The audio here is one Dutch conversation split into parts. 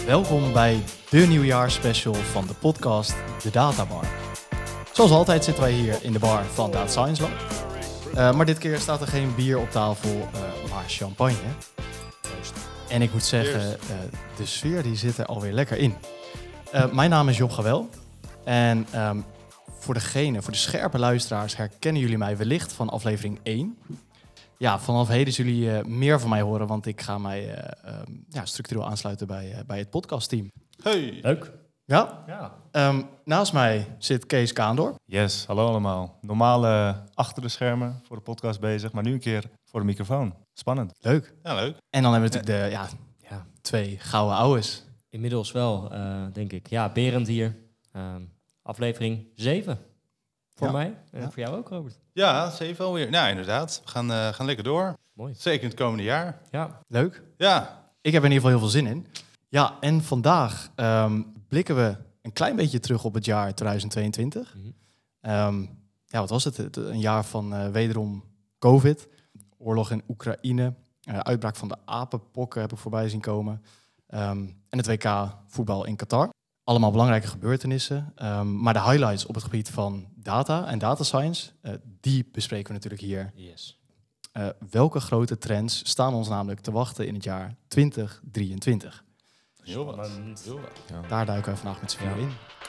Welkom bij de nieuwjaarsspecial van de podcast De Data Bar. Zoals altijd zitten wij hier in de bar van Data Science Lab. Maar dit keer staat er geen bier op tafel, maar champagne. En ik moet zeggen, de sfeer die zit er alweer lekker in. Mijn naam is Job Gawel. En voor de scherpe luisteraars herkennen jullie mij wellicht van aflevering 1. Ja, vanaf heden zullen jullie meer van mij horen, want ik ga mij structureel aansluiten bij het podcastteam. Hey. Leuk. Ja? Naast mij zit Kees Kaandorp. Yes, hallo allemaal. Normaal achter de schermen voor de podcast bezig, maar nu een keer voor de microfoon. Spannend. Leuk. Ja, leuk. En dan hebben we natuurlijk de twee gouden ouwes. Inmiddels wel, denk ik. Ja, Berend hier. Aflevering 7. Voor mij. En voor jou ook, Robert. Ja, 7 alweer. Nou, inderdaad. We gaan lekker door. Mooi. Zeker in het komende jaar. Ja. Leuk. Ja. Ik heb er in ieder geval heel veel zin in. Ja, en vandaag blikken we een klein beetje terug op het jaar 2022. Mm-hmm. Wat was het? Een jaar van wederom COVID. Oorlog in Oekraïne. Uitbraak van de apenpokken heb ik voorbij zien komen. En het WK voetbal in Qatar. Allemaal belangrijke gebeurtenissen. Maar de highlights op het gebied van data en data science, die bespreken we natuurlijk hier. Yes. Welke grote trends staan ons namelijk te wachten in het jaar 2023? Heel wat. Spannend. Heel wat. Ja. Daar duiken we vandaag met z'n vieren in.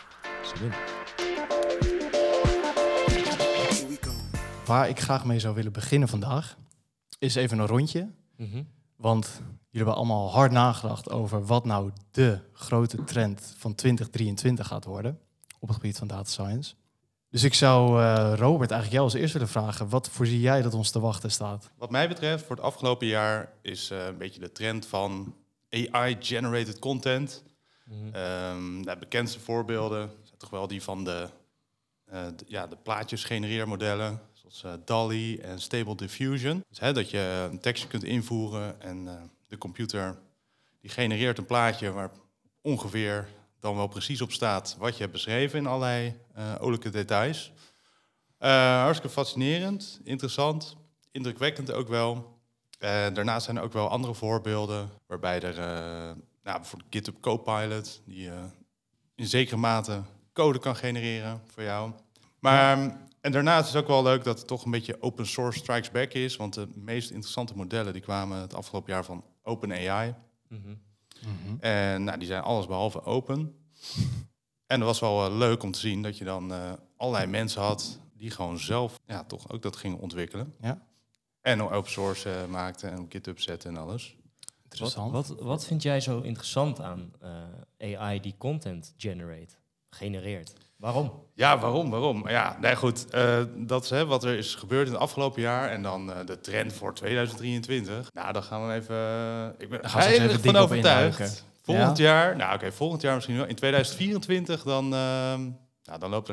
Waar ik graag mee zou willen beginnen vandaag, is even een rondje. Mm-hmm. Want jullie hebben allemaal hard nagedacht over wat nou de grote trend van 2023 gaat worden op het gebied van data science. Dus ik zou Robert eigenlijk jou als eerst willen vragen, wat voorzie jij dat ons te wachten staat? Wat mij betreft, voor het afgelopen jaar is een beetje de trend van AI-generated content. Mm-hmm. De bekendste voorbeelden zijn toch wel die van de plaatjes genereermodellen, zoals DALL-E en Stable Diffusion. Dus, dat je een tekstje kunt invoeren en de computer die genereert een plaatje waar ongeveer dan wel precies op staat wat je hebt beschreven in allerlei olijke details. Hartstikke fascinerend, interessant, indrukwekkend ook wel. Daarnaast zijn er ook wel andere voorbeelden waarbij er bijvoorbeeld GitHub Copilot, die in zekere mate code kan genereren voor jou. Maar en daarnaast is het ook wel leuk dat het toch een beetje open source strikes back is, want de meest interessante modellen die kwamen het afgelopen jaar van OpenAI. Mm-hmm. En die zijn alles behalve open. En het was wel leuk om te zien dat je dan allerlei mensen had die gewoon zelf toch ook dat gingen ontwikkelen. Ja. En open source maakten en op GitHub zetten en alles. Interessant. Wat vind jij zo interessant aan AI die content genereert? Waarom? Ja, waarom? Ja, nee, goed. Dat is wat er is gebeurd in het afgelopen jaar. En dan de trend voor 2023. Nou, dan gaan we even... ik ben gaan we eens even van dieper op overtuigd. induiken. Volgend jaar... volgend jaar misschien wel. In 2024 dan loopt er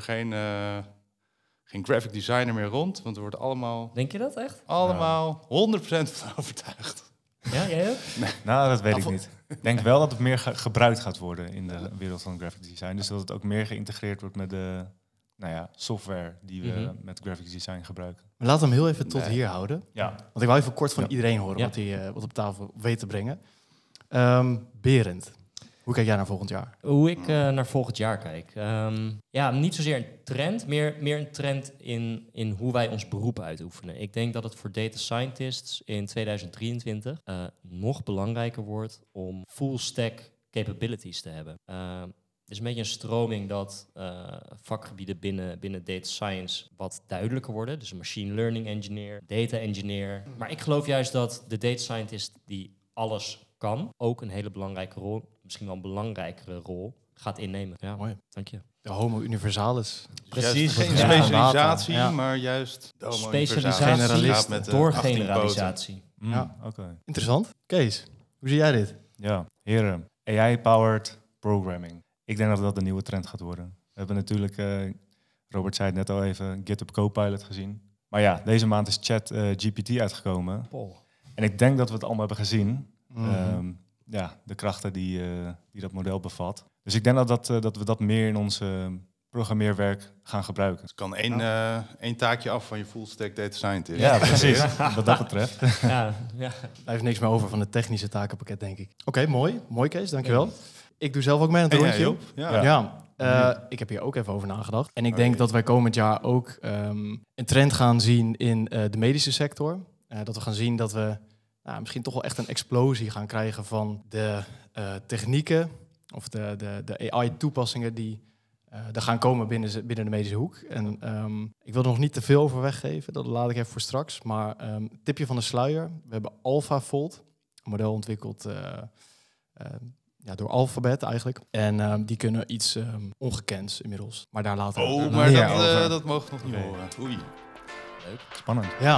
geen graphic designer meer rond. Want er wordt Denk je dat echt? allemaal 100% van overtuigd. Ja, jij ook? Nou, dat weet ik niet. Ik denk wel dat het meer gebruikt gaat worden in de wereld van graphic design. Dus dat het ook meer geïntegreerd wordt met de software die we met graphic design gebruiken. Maar laten we hem heel even tot hier houden. Ja. Want ik wil even kort van iedereen horen Ja. wat hij wat op tafel weet te brengen. Berend, hoe kijk jij naar volgend jaar? Hoe ik naar volgend jaar kijk? Niet zozeer een trend, meer een trend in hoe wij ons beroep uitoefenen. Ik denk dat het voor data scientists in 2023 nog belangrijker wordt om full stack capabilities te hebben. Het is een beetje een stroming dat vakgebieden binnen data science wat duidelijker worden. Dus een machine learning engineer, data engineer. Maar ik geloof juist dat de data scientist die alles kan, ook een hele belangrijke rol, misschien wel een belangrijkere rol, gaat innemen. Ja, Mooi. dank je. De homo universalis. Precies. Juist geen Ja. specialisatie, Ja. maar juist de homo universalis. Specialisatie Generalist met de door 18 poten. generalisatie. Ja. Oké. Interessant. Kees, hoe zie jij dit? Ja, heren. AI-powered programming. Ik denk dat dat de nieuwe trend gaat worden. We hebben natuurlijk, Robert zei het net al even, GitHub Copilot gezien. Maar ja, deze maand is ChatGPT uitgekomen. En ik denk dat we het allemaal hebben gezien. De krachten die dat model bevat. Dus ik denk dat we dat meer in ons programmeerwerk gaan gebruiken. Het kan één taakje af van je full stack data scientist. Ja, precies. Wat dat betreft. Ja. Er heeft niks meer over van het technische takenpakket, denk ik. Oké, mooi. Mooi, Kees. Dankjewel. Ik doe zelf ook mee aan het En rondje. jij, Job? Ik heb hier ook even over nagedacht. En ik denk dat wij komend jaar ook een trend gaan zien in de medische sector. Dat we gaan zien dat we misschien toch wel echt een explosie gaan krijgen van de technieken of de AI-toepassingen die er gaan komen binnen de medische hoek. En ik wil er nog niet te veel over weggeven, dat laat ik even voor straks. Maar tipje van de sluier. We hebben AlphaFold, een model ontwikkeld door Alphabet eigenlijk. En die kunnen iets ongekends inmiddels. Maar daar later Oh, nog maar meer over. dat mogen we nog niet Nee. horen. Oei. Spannend. Ja.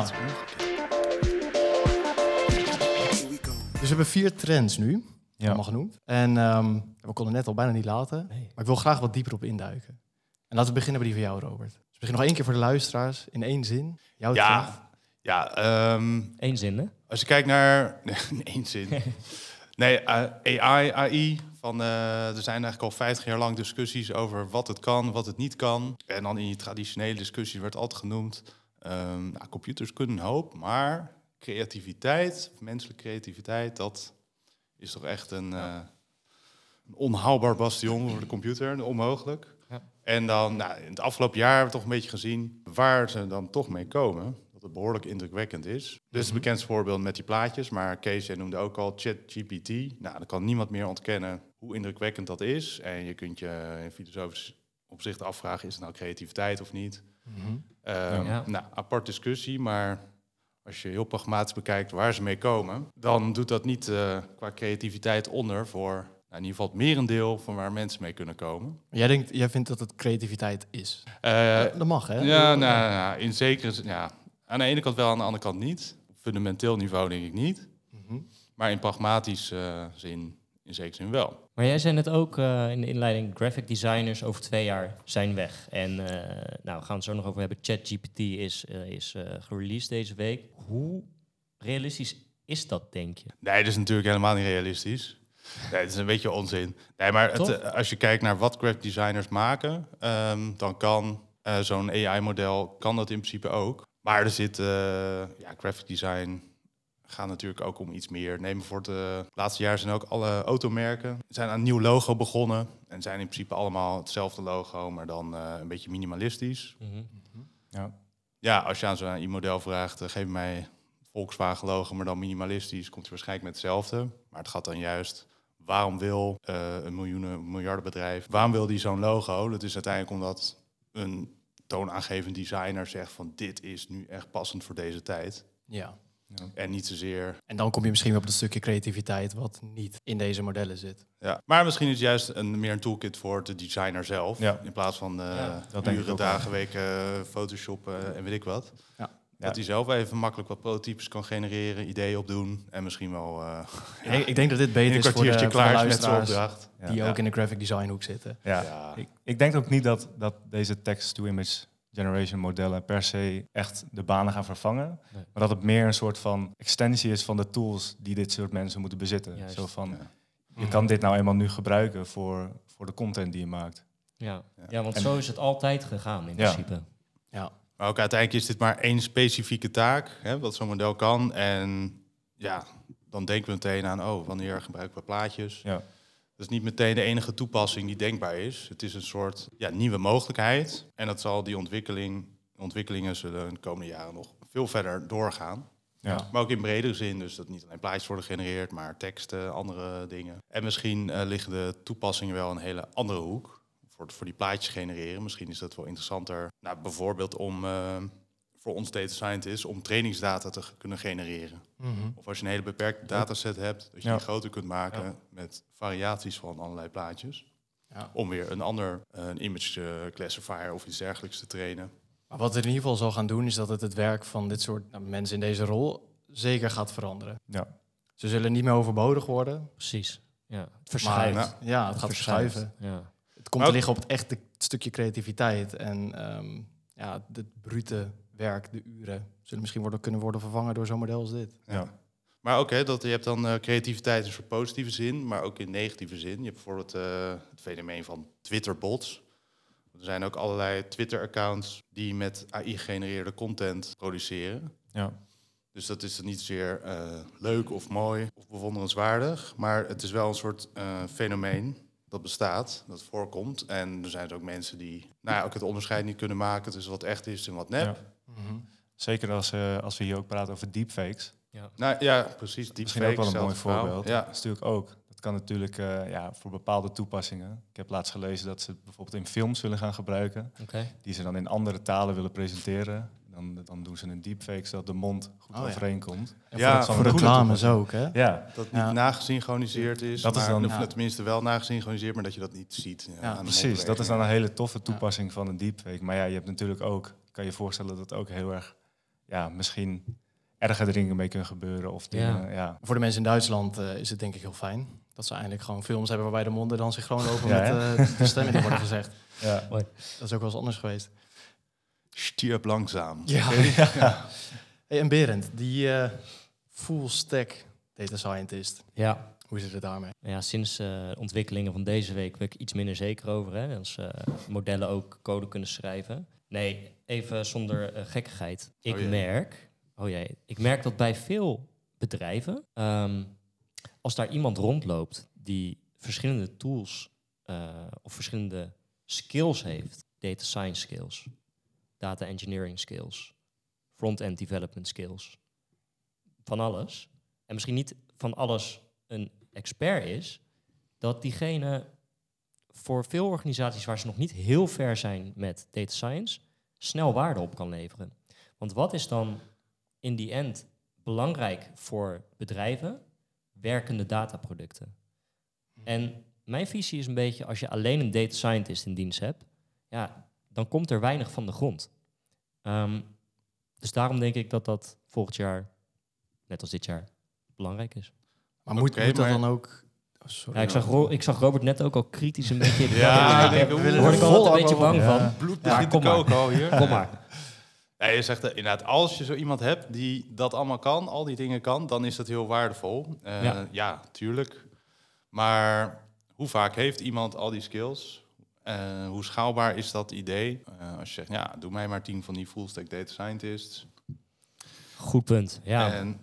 Dus we hebben 4 trends nu, allemaal genoemd. En we konden net al bijna niet laten. Nee. Maar ik wil graag wat dieper op induiken. En laten we beginnen bij die van jou, Robert. Dus begin nog 1 keer voor de luisteraars, in 1 zin. Jouw trend. Ja, Eén zin, hè? als je kijkt naar... Nee, in 1 zin. Nee, AI. Er zijn eigenlijk al 50 jaar lang discussies over wat het kan, wat het niet kan. En dan in die traditionele discussie werd altijd genoemd... computers kunnen een hoop, maar creativiteit, menselijke creativiteit... dat is toch echt een onhaalbaar bastion voor de computer, onmogelijk. Ja. En dan, in het afgelopen jaar hebben we toch een beetje gezien waar ze dan toch mee komen. Dat het behoorlijk indrukwekkend is. Dus het bekendste voorbeeld met die plaatjes, maar Kees, jij noemde ook al ChatGPT. Nou, dan kan niemand meer ontkennen hoe indrukwekkend dat is. En je kunt je in filosofisch opzicht afvragen, is het nou creativiteit of niet? Apart discussie, maar als je heel pragmatisch bekijkt waar ze mee komen, dan doet dat niet qua creativiteit onder voor in ieder geval het merendeel van waar mensen mee kunnen komen. Jij vindt dat het creativiteit is? Dat mag, hè? Ja, in zekere zin, ja. Aan de ene kant wel, aan de andere kant niet. Op fundamenteel niveau denk ik niet. Maar in pragmatisch zin, in zekere zin wel. Maar jij zei net ook in de inleiding, graphic designers over 2 jaar zijn weg. En we gaan het zo nog over hebben. ChatGPT is gereleased deze week. Hoe realistisch is dat, denk je? Nee, dat is natuurlijk helemaal niet realistisch. Nee, het is een beetje onzin. Nee, maar als je kijkt naar wat graphic designers maken, dan kan zo'n AI-model kan dat in principe ook. Maar er zit graphic design gaat natuurlijk ook om iets meer. Neem bijvoorbeeld de laatste jaar zijn ook alle automerken zijn aan een nieuw logo begonnen en zijn in principe allemaal hetzelfde logo, maar dan een beetje minimalistisch. Ja, als je aan zo'n model vraagt, geef mij Volkswagen logo, maar dan minimalistisch, komt hij waarschijnlijk met hetzelfde. Maar het gaat dan juist, waarom wil een miljardenbedrijf, waarom wil die zo'n logo? Dat is uiteindelijk omdat een toonaangevend designer zegt van dit is nu echt passend voor deze tijd. Ja. En niet zozeer... En dan kom je misschien weer op dat stukje creativiteit wat niet in deze modellen zit. Ja. Maar misschien is het juist meer een toolkit voor de designer zelf. Ja. In plaats van dat denk ik uren, ook dagen, weken photoshoppen en weet ik wat. Ja. Dat hij zelf even makkelijk wat prototypes kan genereren, ideeën opdoen. En misschien wel Ik denk dat dit beter in een is voor de, kwartiertje voor de klaar is met zijn luisteraars opdracht. die ook in de graphic design hoek zitten. Ja. Ja. Ik denk ook niet dat deze text-to-image generation modellen per se echt de banen gaan vervangen. Nee. Maar dat het meer een soort van extensie is van de tools die dit soort mensen moeten bezitten. Juist. Zo van, Ja. je kan dit nou eenmaal nu gebruiken voor de content die je maakt. Ja, want zo is het altijd gegaan in Ja. principe. Ja. Maar ook uiteindelijk is dit maar één specifieke taak, wat zo'n model kan. En ja, dan denken we meteen aan, wanneer gebruiken we plaatjes? Ja. Dat is niet meteen de enige toepassing die denkbaar is. Het is een soort nieuwe mogelijkheid. En dat zal die ontwikkelingen zullen de komende jaren nog veel verder doorgaan. Ja. Maar ook in bredere zin, dus dat niet alleen plaatjes worden gegenereerd, maar teksten, andere dingen. En misschien liggen de toepassingen wel in een hele andere hoek. Voor die plaatjes genereren. Misschien is dat wel interessanter. Nou, bijvoorbeeld om voor ons data scientists om trainingsdata te kunnen genereren. Of als je een hele beperkte dataset hebt, dat je die groter kunt maken met variaties van allerlei plaatjes. Ja. Om weer een ander een image classifier of iets dergelijks te trainen. Maar wat het in ieder geval zal gaan doen, is dat het werk van dit soort mensen in deze rol zeker gaat veranderen. Ja. Ze zullen niet meer overbodig worden. Precies. Ja, het Maar verschuift. het gaat verschuiven. Ja. Het komt te liggen op het echte stukje creativiteit. En het brute werk, de uren, zullen misschien kunnen worden vervangen door zo'n model als dit. Ja. Maar ook, je hebt dan creativiteit in een soort positieve zin, maar ook in negatieve zin. Je hebt bijvoorbeeld het fenomeen van Twitter-bots. Er zijn ook allerlei Twitter-accounts die met AI gegenereerde content produceren. Ja. Dus dat is niet zeer leuk of mooi of bewonderenswaardig. Maar het is wel een soort fenomeen dat bestaat, dat voorkomt. En er zijn dus ook mensen die ook het onderscheid niet kunnen maken tussen wat echt is en wat nep. Ja. Zeker als we hier ook praten over deepfakes. Precies. Misschien ook wel een mooi voorbeeld. Ja. Dat is natuurlijk ook. Dat kan natuurlijk voor bepaalde toepassingen. Ik heb laatst gelezen dat ze het bijvoorbeeld in films willen gaan gebruiken. Oké. Die ze dan in andere talen willen presenteren. Dan doen ze een deepfake zodat de mond goed overeenkomt. En voor reclames ook, hè? Ja. Dat niet nagesynchroniseerd is, Dat is dan, tenminste wel nagesynchroniseerd, maar dat je dat niet ziet. Aan de precies. Dat is dan een hele toffe toepassing van een deepfake. Maar ja, je hebt natuurlijk ook, kan je voorstellen dat ook heel erg, misschien erger dingen mee kunnen gebeuren. Of dingen, Voor de mensen in Duitsland is het denk ik heel fijn dat ze eindelijk gewoon films hebben waarbij de monden dan synchroon lopen met de stemmen die worden gezegd. Ja. Dat is ook wel eens anders geweest. Stierp langzaam. Ja. Hey, en Berend, die full stack data scientist. Ja. Hoe zit het daarmee? Ja, sinds de ontwikkelingen van deze week ben ik iets minder zeker over. Hè, als modellen ook code kunnen schrijven. Nee, even zonder gekkigheid. Ik merk dat bij veel bedrijven, als daar iemand rondloopt die verschillende tools of verschillende skills heeft, data science skills, data engineering skills, front-end development skills, van alles, en misschien niet van alles een expert is, dat diegene voor veel organisaties waar ze nog niet heel ver zijn met data science, snel waarde op kan leveren. Want wat is dan in die end belangrijk voor bedrijven? Werkende dataproducten. En mijn visie is een beetje, als je alleen een data scientist in dienst hebt, dan komt er weinig van de grond. Dus daarom denk ik dat dat volgend jaar, net als dit jaar, belangrijk is. Maar moet dat dan ook... Ik zag Robert net ook al kritisch een beetje... Ik word ik al een beetje bang van. Bloed begint te koken al hier. Kom maar. Ja, je zegt inderdaad, als je zo iemand hebt die dat allemaal kan, al die dingen kan, dan is dat heel waardevol. Ja, tuurlijk. Maar hoe vaak heeft iemand al die skills? Hoe schaalbaar is dat idee? Als je zegt, doe mij maar 10 van die full stack data scientists. Goed punt, ja. En,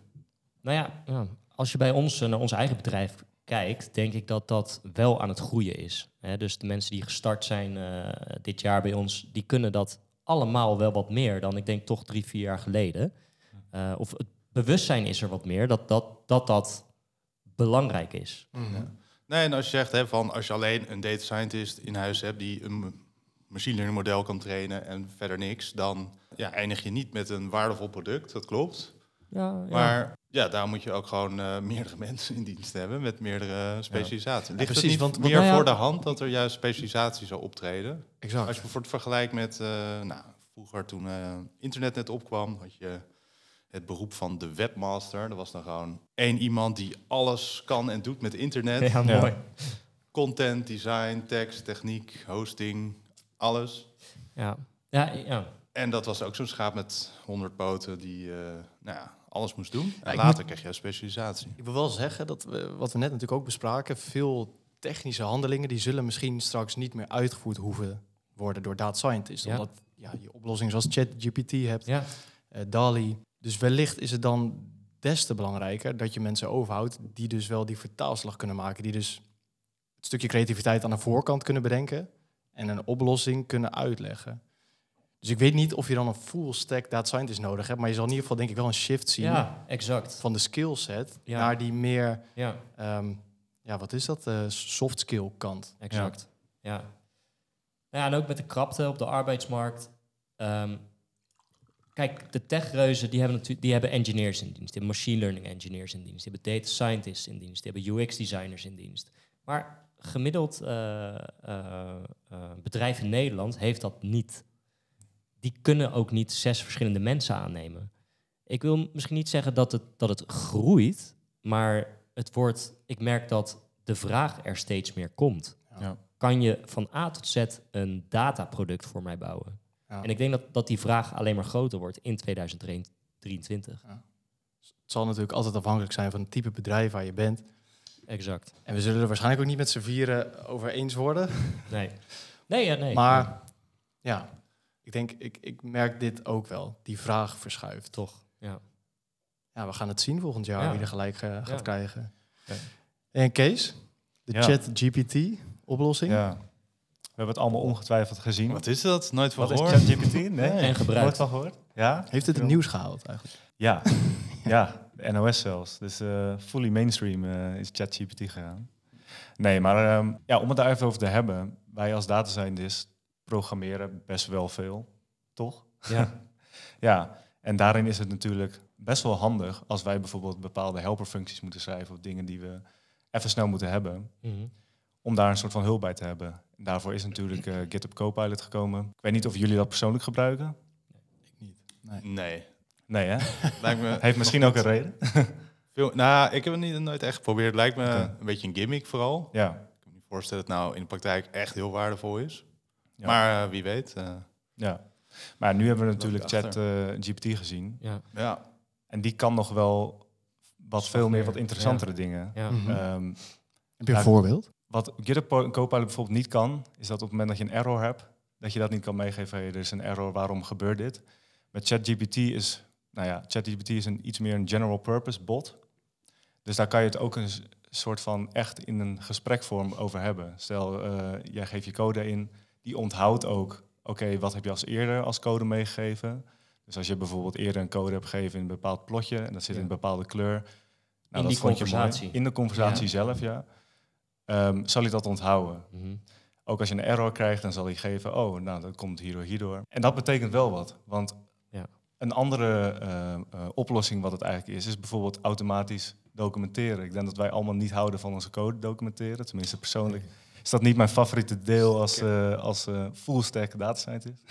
als je bij ons naar ons eigen bedrijf kijkt, denk ik dat dat wel aan het groeien is. Dus de mensen die gestart zijn dit jaar bij ons, die kunnen dat allemaal wel wat meer dan ik denk toch 3-4 jaar geleden. Of het bewustzijn is er wat meer dat belangrijk is. Mm-hmm. Nee, en als je zegt als je alleen een data scientist in huis hebt die een machine learning model kan trainen en verder niks, dan eindig je niet met een waardevol product. Dat klopt. Ja. Maar daar moet je ook gewoon meerdere mensen in dienst hebben met meerdere specialisaties. Ligt precies, het niet meer voor de hand dat er juist specialisatie zou optreden? Exact. Als je bijvoorbeeld vergelijkt met vroeger toen internet net opkwam, had je het beroep van de webmaster. Dat was dan gewoon 1 iemand die alles kan en doet met internet. Ja, mooi. Content, design, tekst, techniek, hosting, alles. Ja. En dat was ook zo'n schaap met 100 poten die alles moest doen. En later kreeg je specialisatie. Ik wil wel zeggen dat wat we net natuurlijk ook bespraken, veel technische handelingen die zullen misschien straks niet meer uitgevoerd hoeven worden door data scientists. Ja. Omdat je oplossingen zoals ChatGPT hebt, Ja. DALL-E. Dus wellicht is het dan des te belangrijker dat je mensen overhoudt die dus wel die vertaalslag kunnen maken. Die dus het stukje creativiteit aan de voorkant kunnen bedenken en een oplossing kunnen uitleggen. Dus ik weet niet of je dan een full stack data scientist nodig hebt, maar je zal in ieder geval denk ik wel een shift zien Exact. van de skillset naar die meer, wat is dat, soft skill kant. Exact. Ja. En ook met de krapte op de arbeidsmarkt. Kijk, de techreuzen die hebben engineers in dienst. Die hebben machine learning engineers in dienst. Die hebben data scientists in dienst. Die hebben UX designers in dienst. Maar gemiddeld bedrijf in Nederland heeft dat niet. Die kunnen ook niet 6 verschillende mensen aannemen. Ik wil misschien niet zeggen dat het groeit, maar ik merk dat de vraag er steeds meer komt. Ja. Kan je van A tot Z een dataproduct voor mij bouwen? Ja. En ik denk dat die vraag alleen maar groter wordt in 2023. Ja. Het zal natuurlijk altijd afhankelijk zijn van het type bedrijf waar je bent. Exact. En we zullen er waarschijnlijk ook niet met z'n vieren over eens worden. Nee. Maar ik merk dit ook wel. Die vraag verschuift. Toch, ja. Ja, we gaan het zien volgend jaar wie er gelijk gaat krijgen. Okay. En Kees, de ChatGPT, oplossing. Ja. We hebben het allemaal ongetwijfeld gezien. Wat is dat? Nooit van Wat is gehoord? ChatGPT? Nee. En gebruikt. Nooit van gehoord? Ja? Heeft het nieuws gehaald eigenlijk? Ja. Ja, de NOS zelfs. Dus fully mainstream is ChatGPT gegaan. Nee, maar om het daar even over te hebben. Wij als data scientist programmeren best wel veel. Toch? Ja. Ja, en daarin is het natuurlijk best wel handig als wij bijvoorbeeld bepaalde helperfuncties moeten schrijven of dingen die we even snel moeten hebben, Mhm. om daar een soort van hulp bij te hebben. En daarvoor is natuurlijk GitHub Copilot gekomen. Ik weet niet of jullie dat persoonlijk gebruiken. Ik niet. Nee. Nee, hè? Lijkt me Heeft misschien ook een reden. Nou, ik heb het nooit echt geprobeerd. Lijkt me Oké. een beetje een gimmick vooral. Ja. Ik kan me niet voorstellen dat het nou in de praktijk echt heel waardevol is. Ja. Maar wie weet. Ja. Maar nu hebben we natuurlijk Achter. ChatGPT gezien. Ja. Ja. En die kan nog wel veel meer wat interessantere dingen. Ja. Mhm. Ehm, Heb je een Ja. voorbeeld? Wat GitHub Copilot bijvoorbeeld niet kan, is dat op het moment dat je een error hebt, dat je dat niet kan meegeven. Hey, er is een error, waarom gebeurt dit? Met ChatGPT is, ChatGPT is iets meer een general purpose bot. Dus daar kan je het ook een soort van echt in een gesprekvorm over hebben. Stel, jij geeft je code in, die onthoudt ook, oké, wat heb je eerder als code meegegeven? Dus als je bijvoorbeeld eerder een code hebt gegeven in een bepaald plotje en dat zit in een bepaalde kleur. In dat die vond je mooi. conversatie. In de conversatie Ja. zelf, ja. Zal hij dat onthouden? Mhm. Ook als je een error krijgt, dan zal hij geven, dat komt hierdoor. En dat betekent wel wat. Want Ja. een andere oplossing wat het eigenlijk is bijvoorbeeld automatisch documenteren. Ik denk dat wij allemaal niet houden van onze code documenteren. Tenminste, persoonlijk is dat niet mijn favoriete deel als full stack data scientist.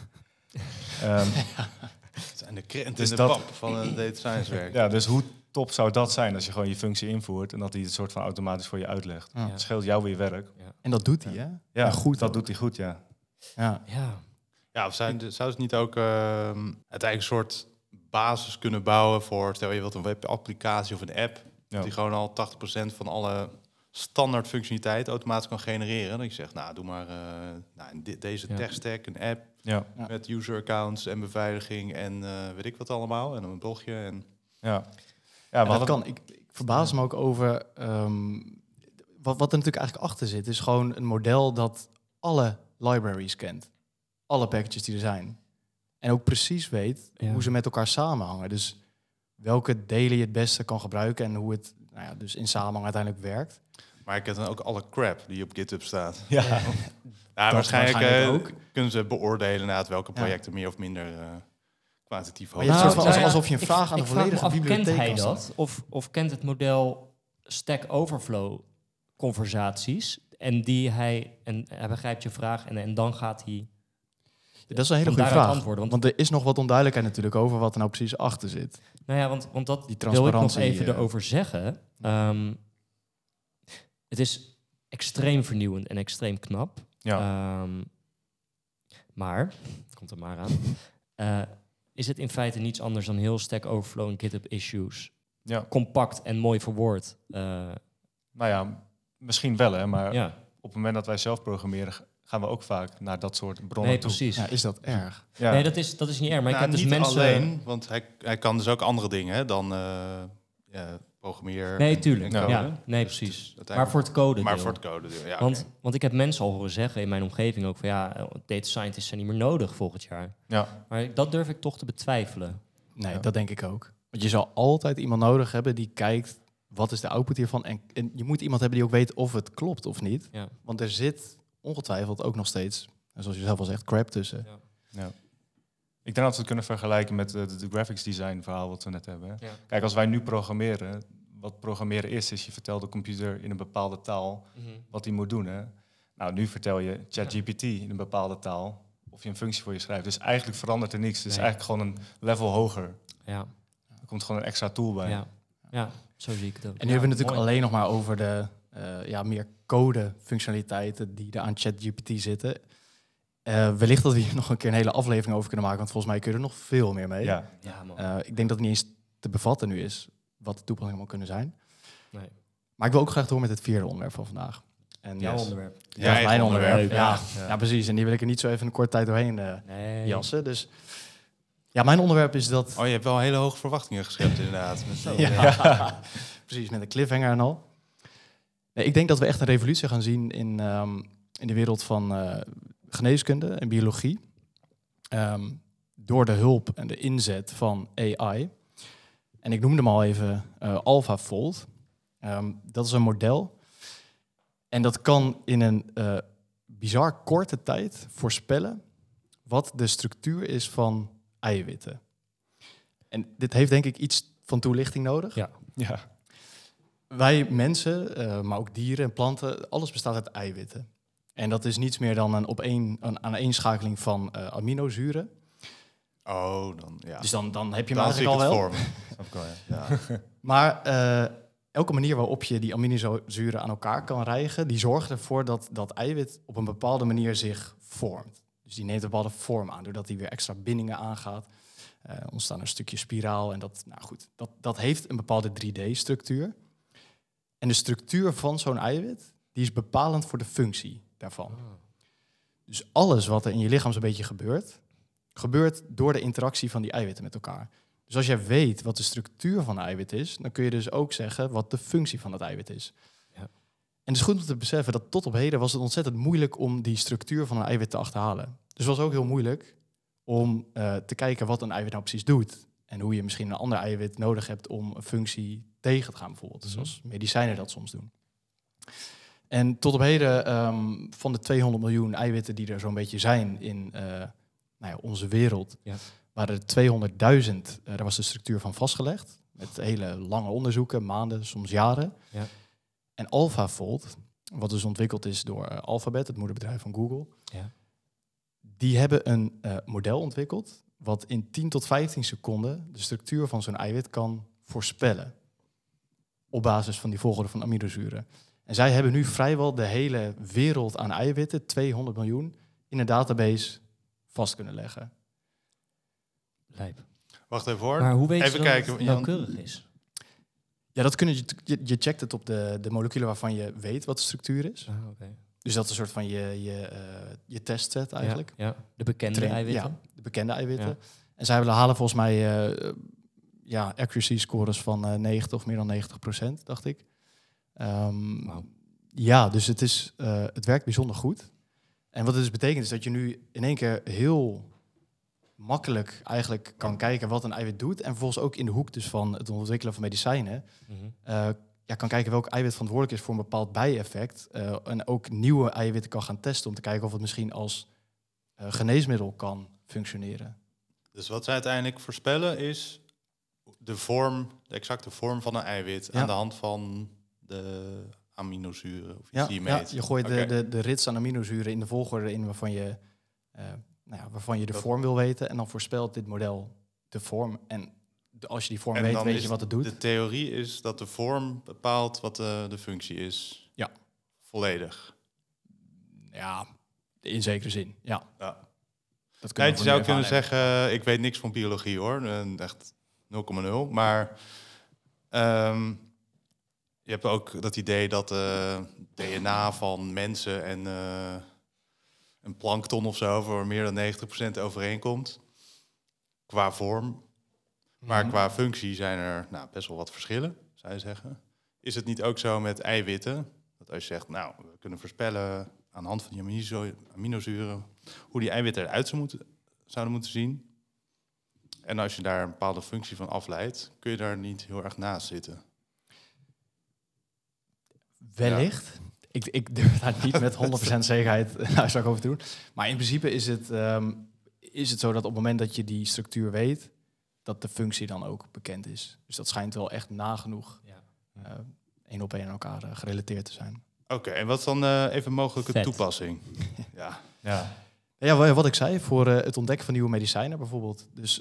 Het zijn de krenten Dus in de dat- pap van het data science werk. Ja, dus hoe top zou dat zijn als je gewoon je functie invoert en dat hij het soort van automatisch voor je uitlegt. Ja. Het scheelt jou weer werk. En dat doet hij, hè? Ja, En goed dat ook. doet hij goed, ja. Ja. Ja. Ja, of zou het niet ook uiteindelijk een soort basis kunnen bouwen voor, stel je wilt een webapplicatie of een app, Ja. die gewoon al 80% van alle standaard functionaliteit automatisch kan genereren. Dat je zegt, nou, doe maar deze Ja. tech stack, een app Ja, Ja. met user accounts en beveiliging en weet ik wat allemaal. En dan een blogje. En ja. En Ja, dat kan. Ik verbaas me ook over wat er natuurlijk eigenlijk achter zit. Is gewoon een model dat alle libraries kent. Alle packages die er zijn. En ook precies weet Ja. hoe ze met elkaar samenhangen. Dus welke delen je het beste kan gebruiken en hoe het dus in samenhang uiteindelijk werkt. maar ik heb dan ook alle crap die op GitHub staat. Ja. Ja, waarschijnlijk waarschijnlijk ook. kunnen ze beoordelen inderdaad welke Ja. projecten meer of minder kwantitatief hoog Maar je hebt zijn. soort van Nou, alsof je een vraag aan de ik vraag me volledige af, bibliotheek kent hij kan dat? Of kent het model Stack Overflow conversaties? En hij begrijpt je vraag en dan gaat hij... Dat is een hele om goede daaruit vraag. antwoorden, Want er is nog wat onduidelijkheid natuurlijk over wat er nou precies achter zit. Nou ja, want dat Die wil ik nog transparantie, even erover zeggen. Het is extreem vernieuwend en extreem knap. Ja. Maar, komt er maar aan, is het in feite niets anders dan heel Stack Overflow en GitHub issues. Ja. Compact en mooi verwoord. Nou ja, misschien wel, hè, maar Ja, op het moment dat wij zelf programmeren, gaan we ook vaak naar dat soort bronnen nee, toe. precies. Ja, is dat erg? Ja. Nee, dat is niet erg. Maar Nou, ik heb dus niet mensen... alleen, want hij kan dus ook andere dingen hè, dan programmeer. Nee, en- tuurlijk. en code. Ja, nee, Dus precies. uiteindelijk- Maar voor het code Maar deel. voor het code. Ja, Want ik heb mensen al horen zeggen in mijn omgeving ook van data scientists zijn niet meer nodig volgend jaar. Ja. Maar dat durf ik toch te betwijfelen. Nee, Ja. dat denk ik ook. Want je zal altijd iemand nodig hebben die kijkt, wat is de output hiervan? En je moet iemand hebben die ook weet of het klopt of niet. Ja. Want er zit ongetwijfeld ook nog steeds, zoals je zelf al zegt, crap tussen. Ja. Ik denk dat we het kunnen vergelijken met de graphics design verhaal wat we net hebben. Hè. Ja. Kijk, als wij nu programmeren, wat programmeren is je vertelt de computer in een bepaalde taal wat hij moet doen. Hè. Nou, nu vertel je ChatGPT in een bepaalde taal of je een functie voor je schrijft. Dus eigenlijk verandert er niks. Het is Nee. eigenlijk gewoon een level hoger. Ja. Er komt gewoon een extra tool bij. Ja, zo zie ik het ook. En nu hebben we het natuurlijk mooi. alleen nog maar over de meer code-functionaliteiten die er aan ChatGPT zitten. Wellicht dat we hier nog een keer een hele aflevering over kunnen maken, want volgens mij kun je er nog veel meer mee. Ja. Ja, man. Ik denk dat het niet eens te bevatten nu is wat de toepassingen allemaal kunnen zijn. Nee. Maar ik wil ook graag door met het vierde onderwerp van vandaag. En Jouw Yes. onderwerp. Ja, eigen mijn onderwerp. Ja. Ja, precies. En die wil ik er niet zo even een korte tijd doorheen Nee. jassen. Dus ja, mijn onderwerp is dat... Oh, je hebt wel hele hoge verwachtingen geschept inderdaad. Met Ja. Precies, met een cliffhanger en al. Nee, ik denk dat we echt een revolutie gaan zien in de wereld van geneeskunde en biologie. Door de hulp en de inzet van AI. En ik noemde hem al even AlphaFold. Dat is een model. En dat kan in een bizar korte tijd voorspellen wat de structuur is van eiwitten. En dit heeft denk ik iets van toelichting nodig. Ja. Ja. Wij mensen, maar ook dieren en planten, alles bestaat uit eiwitten. En dat is niets meer dan een aaneenschakeling van aminozuren. Oh, dan ja. Dus dan heb je hem Dan zie ik eigenlijk al het wel. voor me. Snap ik wel, ja. Ja. Maar elke manier waarop je die aminozuren aan elkaar kan rijgen, die zorgt ervoor dat dat eiwit op een bepaalde manier zich vormt. Dus die neemt een bepaalde vorm aan, doordat die weer extra bindingen aangaat. Ontstaan een stukje spiraal en dat heeft een bepaalde 3D-structuur. En de structuur van zo'n eiwit, die is bepalend voor de functie daarvan. Dus alles wat er in je lichaam zo'n beetje gebeurt door de interactie van die eiwitten met elkaar. Dus als jij weet wat de structuur van een eiwit is, dan kun je dus ook zeggen wat de functie van dat eiwit is. Ja. En het is goed om te beseffen dat tot op heden was het ontzettend moeilijk om die structuur van een eiwit te achterhalen. Dus het was ook heel moeilijk om te kijken wat een eiwit nou precies doet. En hoe je misschien een ander eiwit nodig hebt om een functie tegen te gaan, bijvoorbeeld. Zoals medicijnen dat soms doen. En tot op heden, van de 200 miljoen eiwitten die er zo'n beetje zijn in onze wereld, waren er 200.000, daar was de structuur van vastgelegd. Met hele lange onderzoeken, maanden, soms jaren. Ja. En AlphaFold, wat dus ontwikkeld is door Alphabet, het moederbedrijf van Google, die hebben een model ontwikkeld wat in 10 tot 15 seconden de structuur van zo'n eiwit kan voorspellen. Op basis van die volgorde van aminozuren. En zij hebben nu vrijwel de hele wereld aan eiwitten, 200 miljoen, in een database vast kunnen leggen. Lijp. Wacht even hoor. Maar hoe weet Even je dat kijken, het Jan. nauwkeurig is? Ja, dat kunnen je checkt het op de moleculen waarvan je weet wat de structuur is. Ah, oké. Dus dat is een soort van je testset eigenlijk. Ja. De bekende eiwitten. Ja, de bekende eiwitten. Ja. En zij halen volgens mij accuracy scores van 90 of meer dan 90%, dacht ik. Wauw. Ja, dus het werkt bijzonder goed. En wat het dus betekent is dat je nu in één keer heel makkelijk eigenlijk kan kijken wat een eiwit doet. En vervolgens ook in de hoek dus van het ontwikkelen van medicijnen kan kijken welk eiwit verantwoordelijk is voor een bepaald bijeffect. En ook nieuwe eiwitten kan gaan testen om te kijken of het misschien als geneesmiddel kan functioneren. Dus wat zij uiteindelijk voorspellen is de exacte vorm van een eiwit aan de hand van de aminozuren of iets die je meet. Je gooit de rits aan aminozuren in de volgorde in waarvan je de vorm wil weten. En dan voorspelt dit model de vorm. En als je die vorm weet, weet je wat het doet. De theorie is dat de vorm bepaalt wat de functie is. Ja. Volledig. Ja, in zekere zin, ja. Dat Je zou kunnen zeggen, ik weet niks van biologie hoor. Echt 0,0. Maar je hebt ook dat idee dat DNA van mensen en een plankton of zo voor meer dan 90% overeenkomt. Qua vorm. Maar qua functie zijn er best wel wat verschillen, zou je zeggen. Is het niet ook zo met eiwitten? Dat als je zegt, we kunnen voorspellen aan de hand van die aminozuren hoe die eiwitten eruit zouden moeten zien. En als je daar een bepaalde functie van afleidt, kun je daar niet heel erg naast zitten. Wellicht. Ja. Ik durf daar niet met 100% zekerheid uitspraak over te doen. Maar in principe is het zo dat op het moment dat je die structuur weet, dat de functie dan ook bekend is. Dus dat schijnt wel echt nagenoeg één op één aan elkaar gerelateerd te zijn. Oké, en wat is dan even mogelijke toepassing? Ja, wat ik zei, voor het ontdekken van nieuwe medicijnen bijvoorbeeld. Dus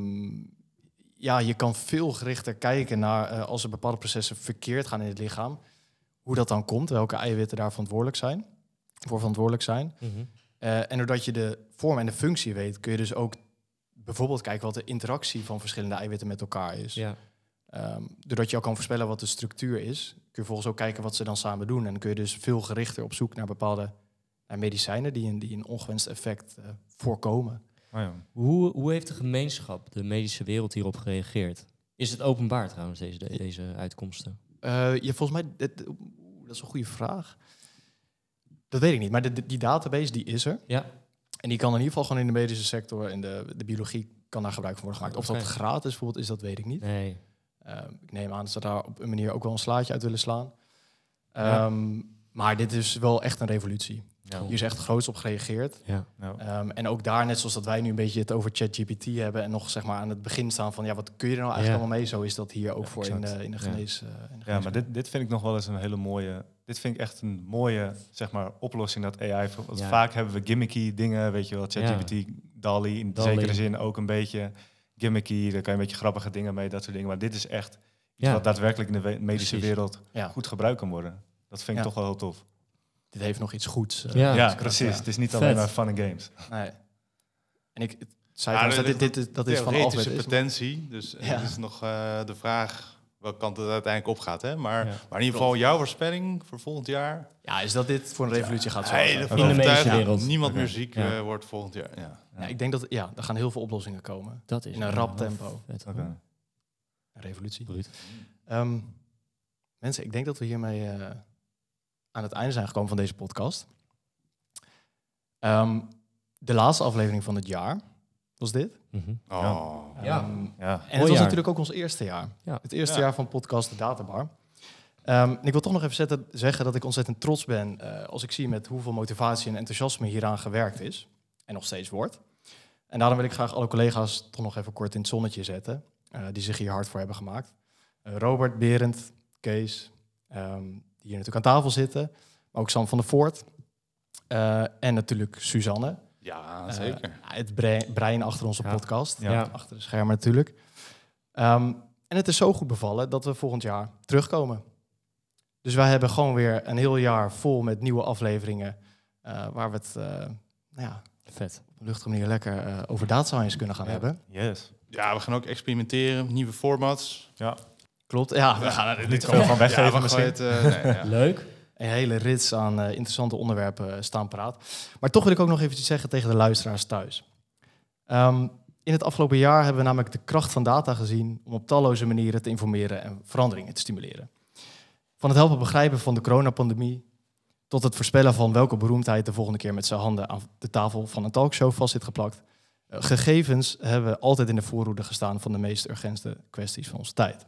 je kan veel gerichter kijken naar als er bepaalde processen verkeerd gaan in het lichaam, hoe dat dan komt, welke eiwitten daar verantwoordelijk zijn. Mm-hmm. En doordat je de vorm en de functie weet, kun je dus ook bijvoorbeeld kijken wat de interactie van verschillende eiwitten met elkaar is. Ja. Doordat je al kan voorspellen wat de structuur is, kun je vervolgens ook kijken wat ze dan samen doen. En dan kun je dus veel gerichter op zoek naar bepaalde medicijnen die een ongewenst effect voorkomen. Oh ja. Hoe heeft de gemeenschap, de medische wereld hierop gereageerd? Is het openbaar trouwens, deze uitkomsten? Volgens mij, Dat is een goede vraag. Dat weet ik niet, maar die database die is er. Ja. En die kan in ieder geval gewoon in de medische sector en de biologie kan daar gebruik van worden gemaakt. Of dat gratis bijvoorbeeld is, dat weet ik niet. Nee. Ik neem aan dat ze daar op een manier ook wel een slaatje uit willen slaan. Ja. Maar dit is wel echt een revolutie. Ja. Hier is echt groots op gereageerd. Ja. Nou, En ook daar, net zoals dat wij nu een beetje het over ChatGPT hebben en nog zeg maar aan het begin staan van wat kun je er nou eigenlijk allemaal mee? Zo is dat hier ook voor exact. in de genees. ja, maar dit vind ik nog wel eens een hele mooie... Dit vind ik echt een mooie, zeg maar, oplossing dat AI... Want vaak hebben we gimmicky dingen, weet je wel, ChatGPT, DALL-E, in zekere zin ook een beetje gimmicky. Daar kan je een beetje grappige dingen mee, dat soort dingen. Maar dit is echt iets wat daadwerkelijk in de medische wereld goed gebruikt kan worden. Dat vind ik toch wel heel tof. Dit heeft nog iets goeds. Ja, precies. Het is niet alleen maar fun and games. Nee. En ik zei dat is van theoretische potentie. Dus het is nog de vraag welke kant het uiteindelijk op gaat. Hè? Maar in ieder geval jouw voorspelling voor volgend jaar. Ja, is dat dit voor een revolutie gaat zorgen. In de medische wereld. Niemand meer ziek wordt volgend jaar. Ja, ik denk dat er gaan heel veel oplossingen komen. Dat is in een rap tempo. Okay. Een revolutie. Mensen, ik denk dat we hiermee aan het einde zijn gekomen van deze podcast. De laatste aflevering van het jaar was dit. Mm-hmm. En het was natuurlijk ook ons eerste jaar. Ja. Het eerste jaar van podcast De Databar. Ik wil toch nog even zeggen dat ik ontzettend trots ben als ik zie met hoeveel motivatie en enthousiasme hieraan gewerkt is. En nog steeds wordt. En daarom wil ik graag alle collega's toch nog even kort in het zonnetje zetten. Die zich hier hard voor hebben gemaakt. Robert, Berend, Kees, die hier natuurlijk aan tafel zitten. Maar ook Sam van der Voort. En natuurlijk Suzanne. Ja, zeker. Het brein achter onze podcast. Achter de schermen natuurlijk. En het is zo goed bevallen dat we volgend jaar terugkomen. Dus wij hebben gewoon weer een heel jaar vol met nieuwe afleveringen. Waar we het vet. op een luchtige manier lekker over data science kunnen gaan hebben. Yes. Ja, we gaan ook experimenteren. Nieuwe formats. Ja. Klopt. Ja, we gaan er niet veel van weggeven misschien. Leuk. Een hele rits aan interessante onderwerpen staan paraat. Maar toch wil ik ook nog eventjes zeggen tegen de luisteraars thuis. In het afgelopen jaar hebben we namelijk de kracht van data gezien om op talloze manieren te informeren en veranderingen te stimuleren. Van het helpen begrijpen van de coronapandemie tot het voorspellen van welke beroemdheid de volgende keer met zijn handen aan de tafel van een talkshow vast zit geplakt. Gegevens hebben altijd in de voorhoede gestaan van de meest urgente kwesties van onze tijd.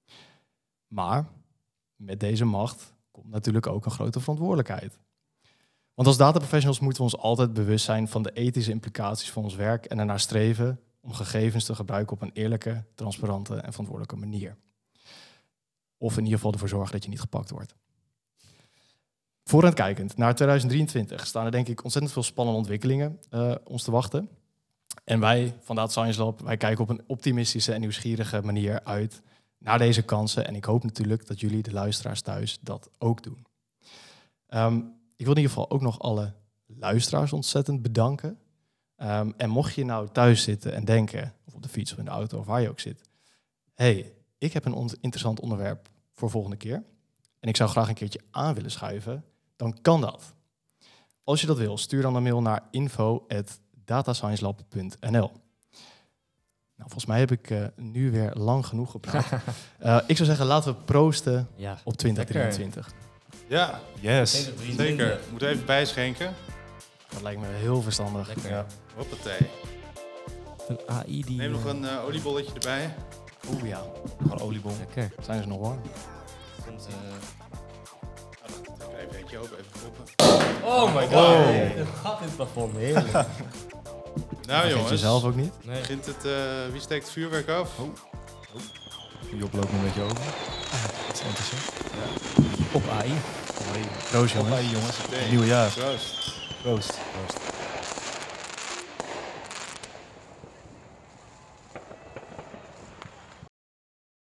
Maar met deze macht komt natuurlijk ook een grote verantwoordelijkheid. Want als dataprofessionals moeten we ons altijd bewust zijn van de ethische implicaties van ons werk en ernaar streven om gegevens te gebruiken op een eerlijke, transparante en verantwoordelijke manier. Of in ieder geval ervoor zorgen dat je niet gepakt wordt. Vooruitkijkend naar 2023 staan er denk ik ontzettend veel spannende ontwikkelingen ons te wachten. En wij van Data Science Lab, wij kijken op een optimistische en nieuwsgierige manier uit naar deze kansen. En ik hoop natuurlijk dat jullie, de luisteraars thuis, dat ook doen. Ik wil in ieder geval ook nog alle luisteraars ontzettend bedanken. En mocht je nou thuis zitten en denken, of op de fiets of in de auto of waar je ook zit. Hey, ik heb een interessant onderwerp voor volgende keer. En ik zou graag een keertje aan willen schuiven. Dan kan dat. Als je dat wil, stuur dan een mail naar info@datasciencelab.nl. Nou, volgens mij heb ik nu weer lang genoeg gepraat. Ik zou zeggen, laten we proosten op 2023. Ja, yes. Zeker. Moeten we even bijschenken. Dat lijkt me heel verstandig. Lekker. Ja. Hoppatee. Een AI die... Neem nog een oliebolletje erbij. Oeh ja, Gewoon oliebol. Lekker. zijn ze nog warm? Even eentje open, even proppen. Oh my god. Het gat in het plafond. Heerlijk. Nou Vergeet je zelf ook niet. Nee. Begint het, wie steekt het vuurwerk af? Job loopt een beetje over. Dat is interessant. Op AI. Proost jongens. Hoi jongens. Nieuwe jaar. Proost. Proost.